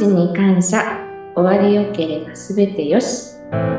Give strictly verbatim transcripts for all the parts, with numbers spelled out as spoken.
ちに感謝、終わりよければすべてよし。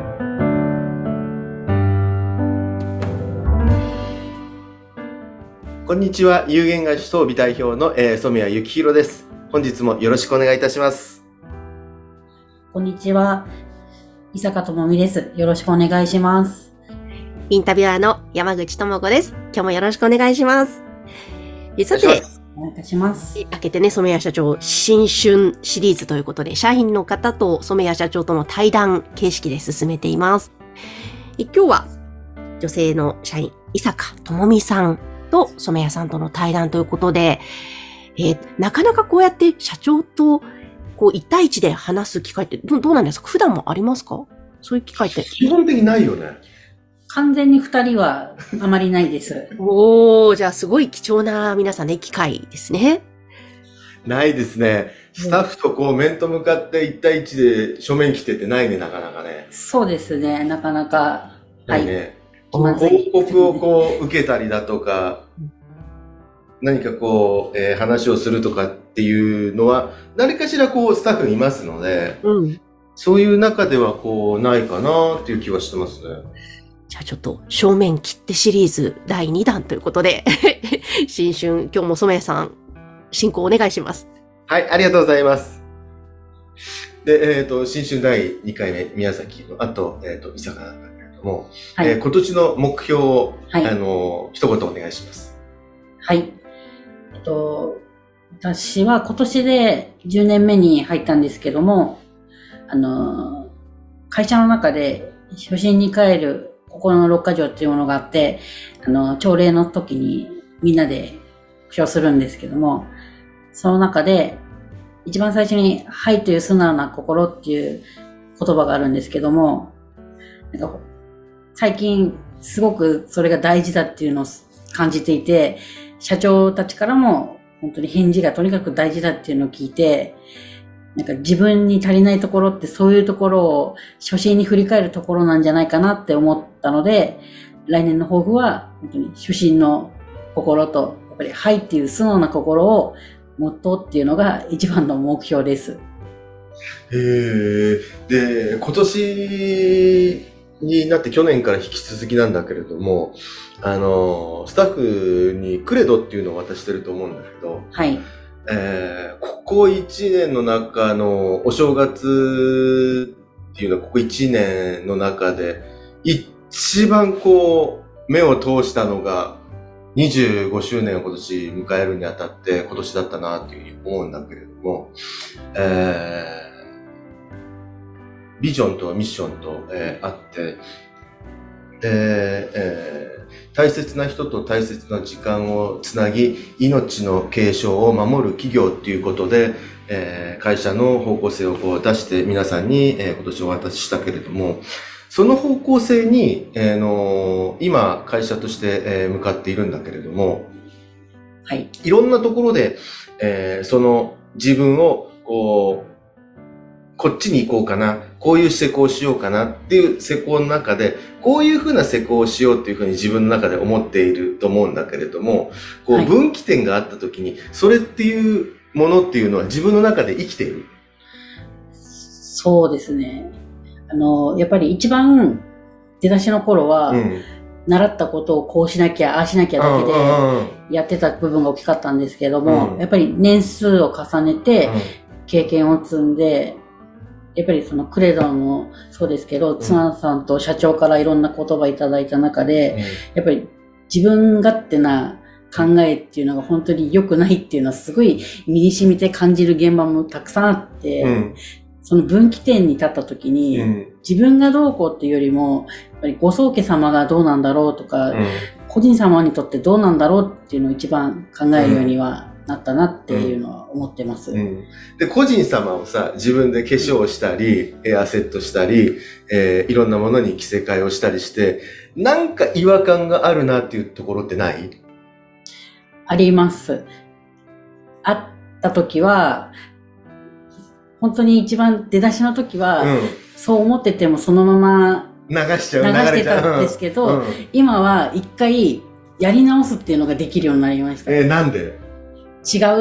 こんにちは、有限会社装備代表の、えー、染谷幸宏です。本日もよろしくお願いいたします。 こんにちは、伊坂智美です。よろしくお願いします。 インタビュアーの山口智子です。今日もよろしくお願いします。えさて、 お願いいたします。 明けてね、染谷社長新春シリーズということで、社員の方と染谷社長との対談形式で進めています。え今日は女性の社員伊坂智美さんと染谷さんとの対談ということで、えー、なかなかこうやって社長とこう一対一で話す機会ってどうなんですか？普段もありますか？そういう機会って。 基本的にないよね。 完全に二人はあまりないです。 おー、じゃあすごい貴重な皆さんね、機会ですね。 ないですね。スタッフとこう面と向かって一対一で正面来ててないね、なかなかね。 そうですね、なかなか。 ないね。 はい、 報告をこう受けたりだとか、何かこう、えー、話をするとかっていうのは、何かしらこうスタッフいますので、うん、そういう中ではこうないかなっていう気はしてますね。 じゃあちょっと正面切ってシリーズだいにだんということで、新春、今日も染谷さん、進行お願いします。 はい、ありがとうございます。で、えっ、ー、と、新春だいにかいめ、宮崎の、あと、えっ、ー、と、伊坂なんだけれども、はい、えー、今年の目標を、はい、あの、一言お願いします。 はい。えっと、私は今年でじゅうねんめに入ったんですけども、あの、会社の中で初心に帰る心の六か条っていうものがあって、あの、朝礼の時にみんなで復唱するんですけども、その中で一番最初に、はいという素直な心っていう言葉があるんですけども、なんか最近すごくそれが大事だっていうのを感じていて、社長たちからも本当に返事がとにかく大事だっていうのを聞いて、なんか自分に足りないところってそういうところを初心に振り返るところなんじゃないかなって思ったので、来年の抱負は本当に初心の心と、やっぱりはいっていう素直な心を持とうっていうのが一番の目標です。 へー。で、今年になって去年から引き続きなんだけれども、あの、スタッフにクレドっていうのを渡してると思うんだけど、 はい。 えー、ここいちねんの中のお正月っていうのはここいちねんの中で一番こう目を通したのがにじゅうごしゅうねんを今年迎えるにあたって今年だったなっていうふうに思うんだけれども、えー、ビジョンとミッションと、えー、あって、で、えー大切な人と大切な時間をつなぎ、命の継承を守る企業っていうことで、えー、会社の方向性をこう出して皆さんに、えー、今年お渡ししたけれども、その方向性に、えー、の今会社として、えー、向かっているんだけれども、 はい。 いろんなところで、えー、その自分をこうこっちに行こうかな、こういう施工をしようかなっていう施工の中で、こういうふうな施工をしようっていうふうに自分の中で思っていると思うんだけれども、こう分岐点があった時に、それっていうものっていうのは自分の中で生きている？ そうですね。あの、やっぱり一番出だしの頃は、うん、習ったことをこうしなきゃ、ああしなきゃだけでやってた部分が大きかったんですけども、うん、やっぱり年数を重ねて、経験を積んで、やっぱりそのクレドもそうですけど、妻さんと社長からいろんな言葉いただいた中で、うん、やっぱり自分勝手な考えっていうのが本当に良くないっていうのはすごい身に染みて感じる現場もたくさんあって、うん、その分岐点に立った時に、うん、自分がどうこうっていうよりも、やっぱりご宗家様がどうなんだろうとか、うん、個人様にとってどうなんだろうっていうのを一番考えるようには、うんなったなっていうのは思ってます。 うん、で、個人様をさ、自分で化粧したり、エアセットしたり、えー、いろんなものに着せ替えをしたりして、なんか違和感があるなっていうところってない？ あります。あった時は、本当に一番出だしの時は、うん、そう思っててもそのまま流しちゃう、 流してたんですけど、うん、今は一回やり直すっていうのができるようになりました。 えー、なんで？ 違うっ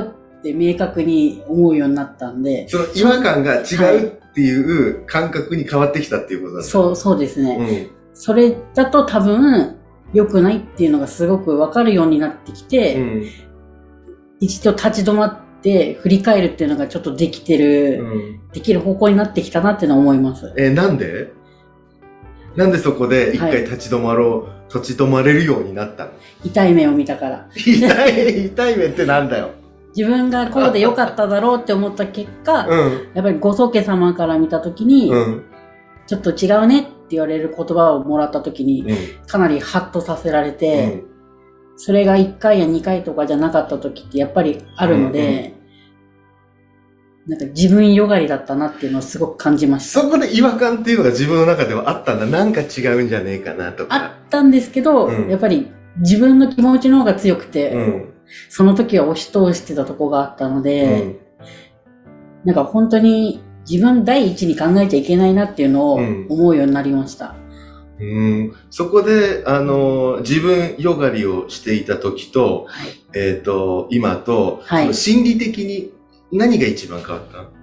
って明確に思うようになったんで。 その違和感が違うっていう感覚に変わってきたっていうことなんだ、ね、 そう、そうですね。 うん、 それだと多分良くないっていうのがすごくわかるようになってきて、うん、一度立ち止まって振り返るっていうのがちょっとできてる、うん、できる方向になってきたなっていうのは思います。 えー、なんでなんでそこで一回立ち止まろう、はい、立ち止まれるようになったの？ 痛い目を見たから。 痛い、痛い目ってなんだよ。 自分がこうで良かっただろうって思った結果、うん、やっぱりご宗家様から見たときに、うん、ちょっと違うねって言われる言葉をもらったときに、うん、かなりハッとさせられて、うん、それがいっかいやにかいとかじゃなかったときってやっぱりあるので、うんうん、なんか自分よがりだったなっていうのをすごく感じました。 そこで違和感っていうのが自分の中ではあったんだ。なんか違うんじゃねえかなとか。 あったんですけど、うん、やっぱり自分の気持ちの方が強くて、うん、その時は押し通してたとこがあったので、うん、なんか本当に自分第一に考えちゃいけないなっていうのを思うようになりました。 うん、そこで、あの、自分よがりをしていた時と、はい、えっと、今と、はい、心理的に何が一番変わった？やっ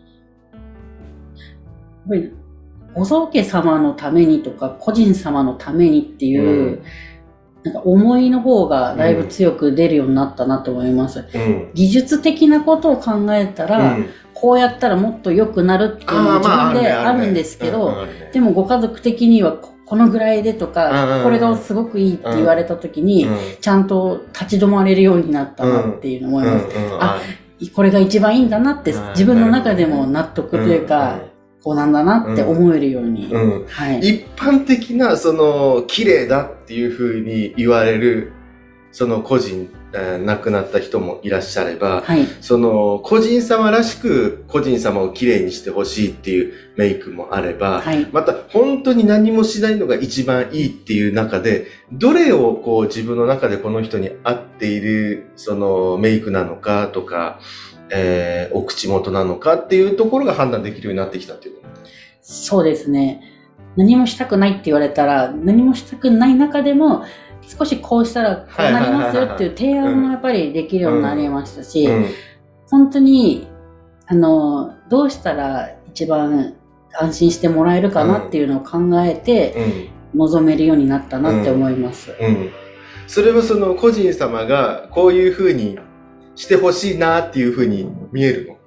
ぱり、ご宗家様のためにとか、個人様のためにっていう、うん、なんか思いの方がだいぶ強く出るようになったなと思います。うん、技術的なことを考えたら、うん、こうやったらもっと良くなるっていうのは自分であるんですけど、でもご家族的にはこのぐらいでとか、これがすごくいいって言われた時に、ちゃんと立ち止まれるようになったなっていうのを思います。あ、これが一番いいんだなって自分の中でも納得というか、こうなんだなって思えるように。 うんうん、はい、一般的な、その、綺麗だっていうふうに言われる、その個人、えー、亡くなった人もいらっしゃれば、はい、その、個人様らしく個人様を綺麗にしてほしいっていうメイクもあれば、はい、また本当に何もしないのが一番いいっていう中で、どれをこう自分の中でこの人に合っている、そのメイクなのかとか、えー、お口元なのかっていうところが判断できるようになってきたっていうこと。 そうですね。何もしたくないって言われたら、何もしたくない中でも、少しこうしたらこうなりますよっていう提案もやっぱりできるようになりましたし、うんうん、本当に、あの、どうしたら一番安心してもらえるかなっていうのを考えて、臨めるようになったなって思います。 うんうん、それはその個人様がこういうふうにしてほしいなっていうふうに見えるの？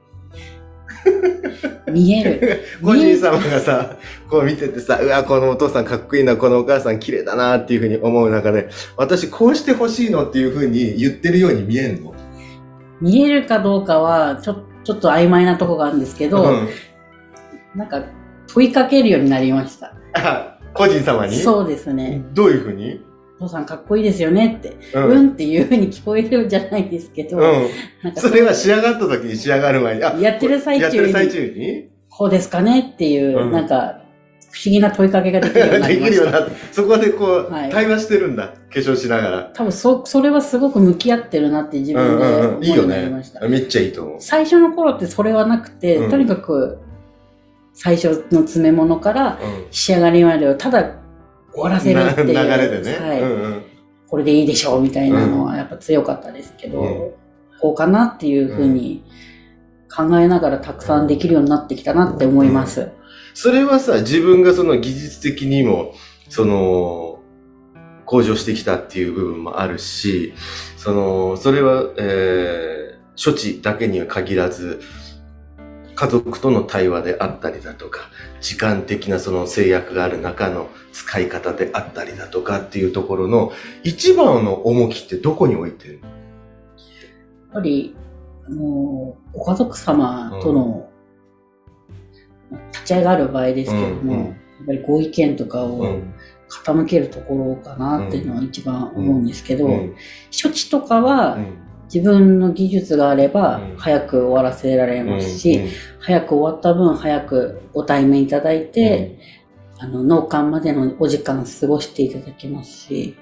見える。 個人様がさ、こう見ててさ、うわ、このお父さんかっこいいな、このお母さん綺麗だなっていうふうに思う中で、私こうしてほしいのっていうふうに言ってるように見えるの？ 見えるかどうかは、ちょ、ちょっと曖昧なとこがあるんですけど、うん、なんか問いかけるようになりました。 あ、個人様に？ そうですね。 どういうふうに？ お父さんかっこいいですよねって、うん、うんっていう風に聞こえるじゃないですけど、うん、 なんかそれは仕上がった時に仕上がる前に、あ、 やってる最中に、やってる最中にこうですかねっていう、うん、なんか不思議な問いかけができるようになりました。できるようになって、 そこでこう、はい、対話してるんだ。化粧しながら。 多分そ、それはすごく向き合ってるなって自分で思うようになりました。 うんうんうん、いいよね。めっちゃいいと思う。 最初の頃ってそれはなくて、うん、とにかく最初の詰め物から仕上がりまでをただ終わらせるっていう。流れでね。 はい。うんうん、これでいいでしょうみたいなのはやっぱ強かったですけど、うん、こうかなっていうふうに考えながらたくさんできるようになってきたなって思います。うん、 それはさ、自分がその技術的にも、その、向上してきたっていう部分もあるし、その、それは、えー、処置だけには限らず、家族との対話であったりだとか、時間的なその制約がある中の使い方であったりだとかっていうところの一番の重きってどこに置いてるの？やっぱり、あの、ご家族様との立ち会いがある場合ですけれども、うんうん、やっぱりご意見とかを傾けるところかなっていうのは一番思うんですけど、うんうん、処置とかは、うん自分の技術があれば早く終わらせられますし、うんうん、早く終わった分早くご対面いただいて、うん、あの納棺までのお時間過ごしていただきますし、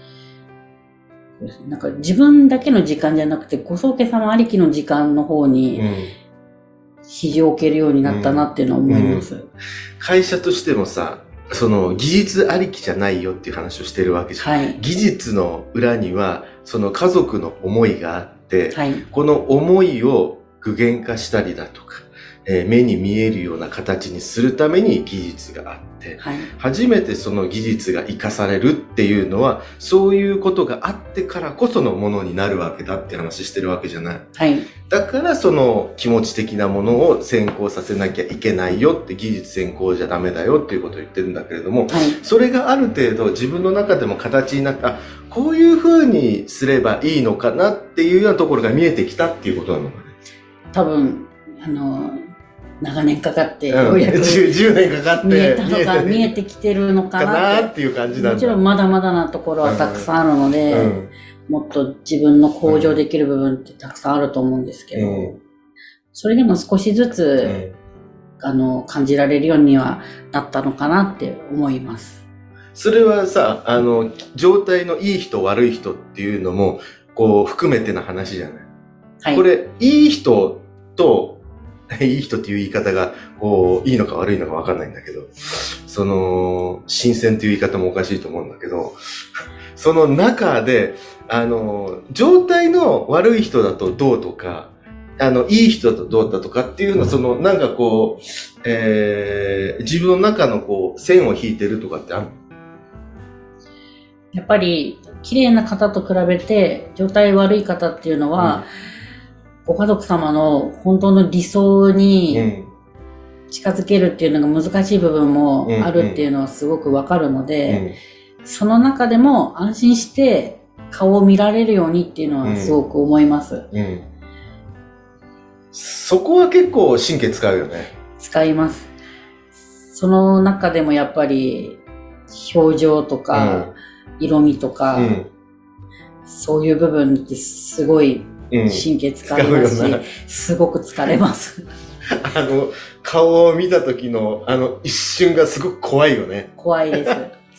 なんか自分だけの時間じゃなくてご宗家様ありきの時間の方に比重を置けるようになったなっていうのは思います。うんうん、 会社としてもさ、その技術ありきじゃないよっていう話をしてるわけじゃん。はい、技術の裏にはその家族の思いがあって、 はい。 この思いを具現化したりだとか、えー目に見えるような形にするために技術があって、 はい。 初めてその技術が活かされるっていうのは、そういうことがあってからこそのものになるわけだって話してるわけじゃない。 はい。 だからその気持ち的なものを先行させなきゃいけないよって、技術先行じゃダメだよっていうことを言ってるんだけれども、 はい。 それがある程度自分の中でも形になった、あ、こういう風にすればいいのかなっていうようなところが見えてきたっていうことなのかね。 多分、あの、長年かかって、よう、 うんやく 10, じゅうねんかかって見えたのか、見えててきてるのかかなっ。 なってていう感じなんだ。 もちろんまだまだなところはたくさんあるので、 うんもっと自分の向上できる部分ってたくさんあると思うんですけど、 うんそれでも少しずつ、 うんあの、感じられるようにはなったのかなって思います。 それはさ、あの、状態のいい人悪い人っていうのも、こう、含めての話じゃない。 はい。 これ、いい人と、いい人っていう言い方が、こう、いいのか悪いのか分かんないんだけど、その、新鮮っていう言い方もおかしいと思うんだけど、その中で、あの、状態の悪い人だとどうとか、あの、いい人だとどうだとかっていうのは、その、なんかこう、えー、自分の中のこう、線を引いてるとかってあるの？ やっぱり、綺麗な方と比べて、状態悪い方っていうのは、ご家族様の本当の理想うにん。 近づけるっていうのが難しい部分もあるっていうのはすごくわかるのうで、 ん。 その中でも安心して顔を見られるようにっていうのはすごく思います。 うん。そこは結構神経使うよね。 使います。その中でもやっぱり表情とか色味とか、 うん。 そういう部分ってすごいうん。 神経使いますし、 使うよねすごく疲れます。 あの、顔を見た時の、あの、一瞬がすごく怖いよね。 怖いです。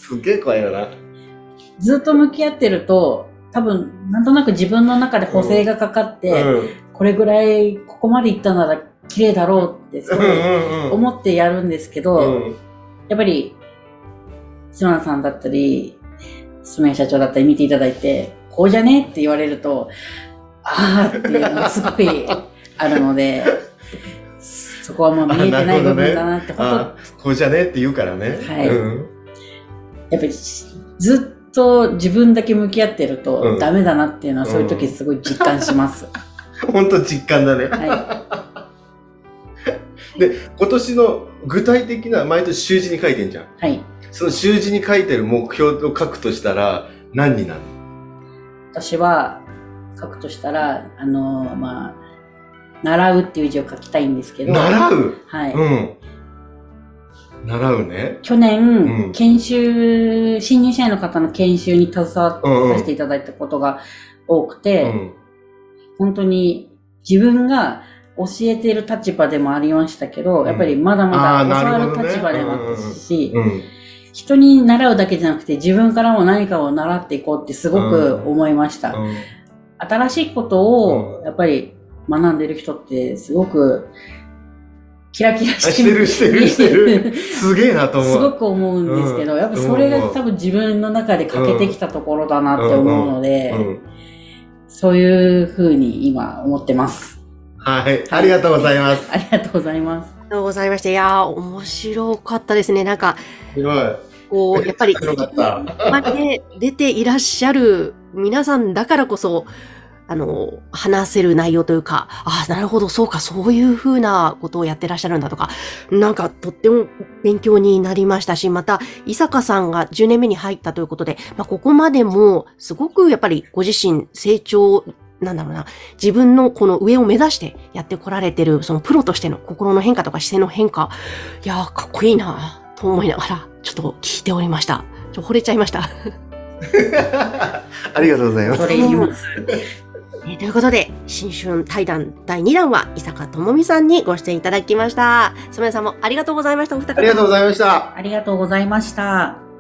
すっげえ怖いよな。 ずっと向き合ってると、多分、なんとなく自分の中で補正がかかって、 うん。 これぐらい、ここまでいったなら綺麗だろうって、すごいうんうんうん。 思ってやるんですけど、 うん。 やっぱり、島田さんだったり、住谷社長だったり見ていただいて、こうじゃねって言われると、あーっていうのがすごいあるので、そこはもう見えてない部分だなって、本あ、こうじゃねって言うからね。 はいうん。 当やっぱりずっと自分だけ向き合ってるうんとダメだなっていうのは、そういう時すごい実感します。 ほんと実感だね。 はで、今年の具体的な、毎年習字に書いてんじゃん。 い。はい。 その習字に書いてる目標を書くとしたら、何になるの？ 私は書くとしたら、あの、まあ、習うっていう字を書きたいんですけど、 習う。 はい。 うん。習うね。 去年、 うん研修、新入社員の方の研修に携わうんうんさせていただいたことが多くて、 うん。 本当に自分が教えている立場でもありましたけど、 うんやっぱりまだまあーだ教わるなるほどね立場でもあったし、 うん。 人に習うだけじゃなくて自分からも何かを習っていこうってすごく思いました。 うん。 新しいことをやっぱり学んでる人ってすごくキラキラあしてしてるしてるしてる。すげえなと思う。 すごく思うんですけど、 うんやっぱそれが多分自分の中で欠けてきたところだなって思うので、 うん。 そういう風に今思ってます。 はい。ありがとうございます。 ありがとうございます。 ありがとうございました。いやー、面白かったですね。なんか、 すごい。 こう、やっぱり、 よかった。 まで出ていらっしゃる皆さんだからこそ、あの、話せる内容というか、ああ、なるほど、そうか、そういうふうなことをやってらっしゃるんだとか、なんかとっても勉強になりましたし、また、伊坂さんがじゅうねんめに入ったということで、まあ、ここまでも、すごくやっぱりご自身成長、なんだろうな、自分のこの上を目指してやってこられてる、そのプロとしての心の変化とか姿勢の変化、いやー、かっこいいなと思いながら、ちょっと聞いておりました。ちょ、惚れちゃいました。 ありがとうございますそ。れ言います。 えーということで、新春対談だいにだんは、伊坂智美さんにご出演いただきました。染谷さんもありがとうございました。お二方。 ありがとうございました。 ありがとうございました。